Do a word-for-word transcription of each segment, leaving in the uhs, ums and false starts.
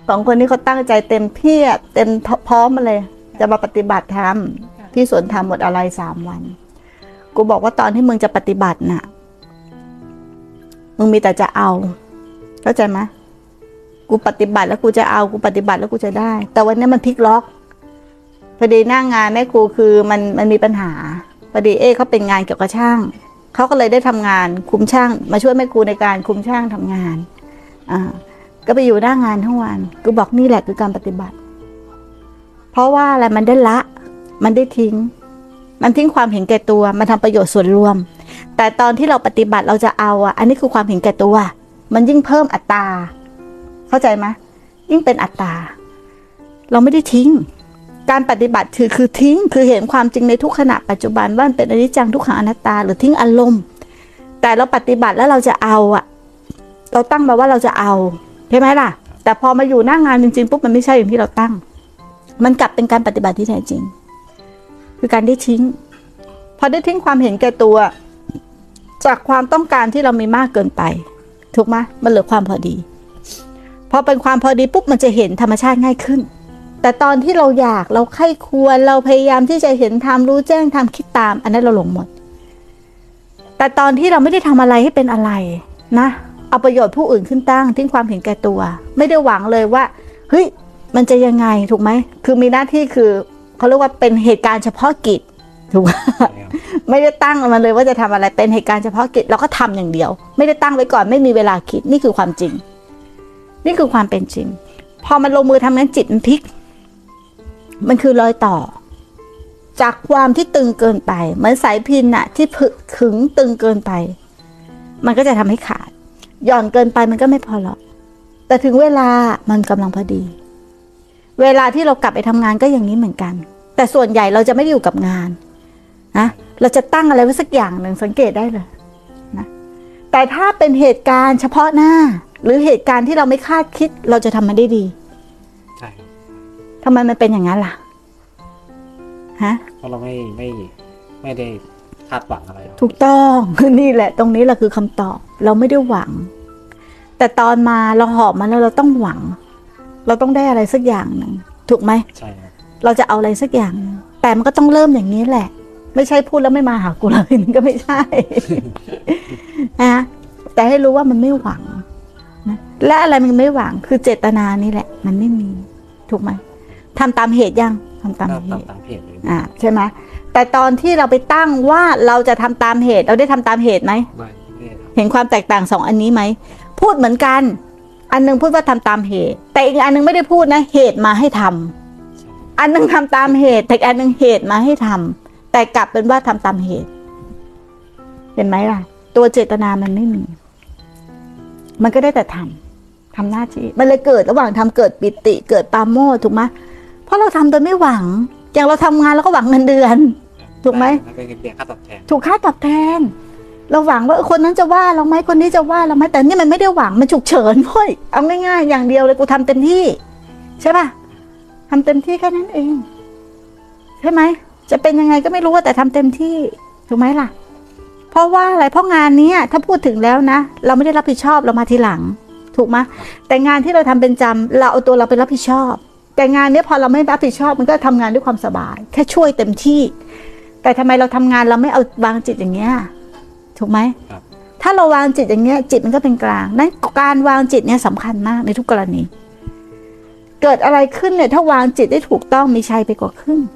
สองคนนี้เขาตั้งใจเต็มเพียบเต็มพร้อมมาเลยจะมาปฏิบัติธรรมที่สวนธรรมหมดอะไรสามวันกูบอกว่าตอนที่มึงจะปฏิบัติน่ะมึงมีแต่จะเอาเข้าใจไหมกูปฏิบัติแล้วกูจะเอากูปฏิบัติแล้วกูจะได้แต่วันนี้มันพลิกล็อกพอดีหน้างานแม่ครูคือมันมันมีปัญหาพอดีเอ๊เขาเป็นงานเกี่ยวกับช่างเขาก็เลยได้ทำงานคุมช่างมาช่วยแม่ครูในการคุมช่างทำงานอ่าก็ไปอยู่หน้างานทั้งวันกูบอกนี่แหละคือการปฏิบัติเพราะว่าอะไรมันได้ละมันได้ทิ้งมันทิ้งความเห็นแก่ตัวมันทำประโยชน์ส่วนรวมแต่ตอนที่เราปฏิบัติเราจะเอาอ่ะอันนี้คือความเห็นแก่ตัวมันยิ่งเพิ่มอัตราเข้าใจไหมยิ่งเป็นอัตราเราไม่ได้ทิ้งการปฏิบัติคือคือทิ้งคือเห็นความจริงในทุกขณะปัจจุบันว่าเป็นอนิจจังทุกขังอนัตตาหรือทิ้งอารมณ์แต่เราปฏิบัติแล้วเราจะเอาอ่ะเราตั้งมาว่าเราจะเอาใช่ไหมล่ะแต่พอมาอยู่หน้างานจริงๆปุ๊บมันไม่ใช่อย่างที่เราตั้งมันกลับเป็นการปฏิบัติที่แท้จริงคือการได้ทิ้งพอได้ทิ้งความเห็นแก่ตัวจากความต้องการที่เรามีมากเกินไปถูกไหมมันเหลือความพอดีพอเป็นความพอดีปุ๊บมันจะเห็นธรรมชาติง่ายขึ้นแต่ตอนที่เราอยากเราใคร่ควรเราพยายามที่จะเห็นธรรมรู้แจ้งธรรมคิดตามอันนั้นเราหลงหมดแต่ตอนที่เราไม่ได้ทำอะไรให้เป็นอะไรนะเอาประโยชน์ผู้อื่นขึ้นตั้งทิ้งความเห็นแก่ตัวไม่ได้หวังเลยว่าเฮ้ยมันจะยังไงถูกไหมคือมีหน้าที่คือเขาเรียกว่าเป็นเหตุการณ์เฉพาะกิจถูกไหมไม่ได้ตั้งมันเลยว่าจะทำอะไรเป็นเหตุการณ์เฉพาะกิจเราก็ทำอย่างเดียวไม่ได้ตั้งไว้ก่อนไม่มีเวลาคิดนี่คือความจริงนี่คือความเป็นจริงพอมันลงมือทำนั้นจิตมันพลิกมันคือรอยต่อจากความที่ตึงเกินไปเหมือนสายพินอะที่ขึงตึงเกินไปมันก็จะทำให้ขาดหย่อนเกินไปมันก็ไม่พอหรอกแต่ถึงเวลามันกำลังพอดีเวลาที่เรากลับไปทำงานก็อย่างนี้เหมือนกันแต่ส่วนใหญ่เราจะไม่ได้อยู่กับงานนะเราจะตั้งอะไรไว้สักอย่างหนึ่งสังเกตได้เลยนะแต่ถ้าเป็นเหตุการณ์เฉพาะหน้าหรือเหตุการณ์ที่เราไม่คาดคิดเราจะทำมันได้ดีใช่ทำไมมันเป็นอย่างนั้นล่ะฮะเพราะเราไม่ไม่ไม่ได้คาดหวังอะไรถูกต้องนี่แหละตรงนี้แหละคือคำตอบเราไม่ได้หวังแต่ตอนมาเราหอบมาแล้วเราต้องหวังเราต้องได้อะไรสักอย่างหนึ่งถูกไหมใช่ครับเราจะเอาอะไรสักอย่างแต่มันก็ต้องเริ่มอย่างนี้แหละไม่ใช่พูดแล้วไม่มาหากูเลยมันก็ไม่ใช่นะแต่ให้รู้ว่ามันไม่หวังนะและอะไรมันไม่หวังคือเจตนานี่แหละมันไม่มีถูกไหมทำตามเหตุยังทำตามเหตุอ่าใช่ไหมแต่ตอนที่เราไปตั้งว่าเราจะทำตามเหตุเราได้ทำตามเหตุไหมไม่เห็นความแตกต่างสองอันนี้ไหมพูดเหมือนกันอันนึงพูดว่าทำตามเหตุแต่อีกอันนึงไม่ได้พูดนะเหตุมาให้ทำอันนึงทำตามเหตุแต่อันนึงเหตุมาให้ทำแต่กลับเป็นว่าทำตามเหตุเห็นไหมล่ะตัวเจตนามันไม่มีมันก็ได้แต่ทำทำหน้าที่มันเลยเกิดระหว่างทำเกิดปิติเกิดปาโมทย์ถูกไหมเพราะเราทำโดยไม่หวังอย่างเราทำงานเราก็หวังเงินเดือนถูกไหมถูกค่าตอบแทนเราหวังว่าคนนั้นจะว่าเราไหมคนนี้จะว่าเราไหมแต่นี่มันไม่ได้หวังมันฉุกเฉินเว้ยเอาง่ายๆอย่างเดียวเลยกูทำเต็มที่ใช่ป่ะทำเต็มที่แค่นั้นเองใช่ไหมจะเป็นยังไงก็ไม่รู้ว่าแต่ทำเต็มที่ถูกไหมล่ะเพราะว่าอะไรเพราะงานนี้ถ้าพูดถึงแล้วนะเราไม่ได้รับผิดชอบเรามาทีหลังถูกไหมแต่งานที่เราทำเป็นจำเราเอาตัวเราไปรับผิดชอบแต่งานนี้พอเราไม่รับผิดชอบมันก็ทำงานด้วยความสบายแค่ช่วยเต็มที่แต่ทำไมเราทำงานเราไม่เอาวางจิตอย่างเงี้ยถูกไหมถ้าเราวางจิตอย่างเงี้ยจิตมันก็เป็นกลางนั้นการวางจิตเนี่ยสำคัญมากในทุกกรณีเกิดอะไรขึ้นเนี่ยถ้าวางจิตได้ถูกต้องมีชัยไปกว่าครึ่ง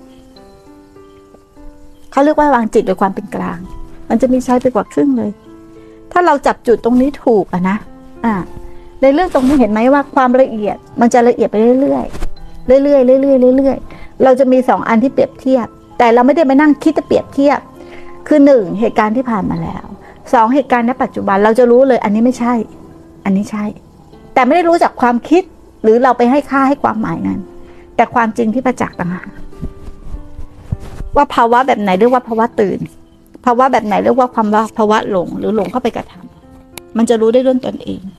เขาเรียกว่าวางจิตโดยความเป็นกลางมันจะมีชัยไปกว่าครึ่งเลยถ้าเราจับจุดตรงนี้ถูกอะนะอ่าในเรื่องตรงนี้เห็นไหมว่าความละเอียดมันจะละเอียดไปเรื่อยๆเรื่อยๆเรื่อยๆเรื่อยๆเราจะมีสองอันที่เปรียบเทียบแต่เราไม่ได้ไปนั่งคิดจะเปรียบเทียบคือหนึ่งเหตุการณ์ที่ผ่านมาแล้วสองเหตุการณ์ในปัจจุบันเราจะรู้เลยอันนี้ไม่ใช่อันนี้ใช่แต่ไม่ได้รู้จากความคิดหรือเราไปให้ค่าให้ความหมายนั้นแต่ความจริงที่ประจักษ์ต่างหากว่าภาวะแบบไหนเรียกว่าภาวะตื่นภาวะแบบไหนเรียกว่าความว่าภาวะหลงหรือหลงเข้าไปกระทำมันจะรู้ได้ด้วยตนเอง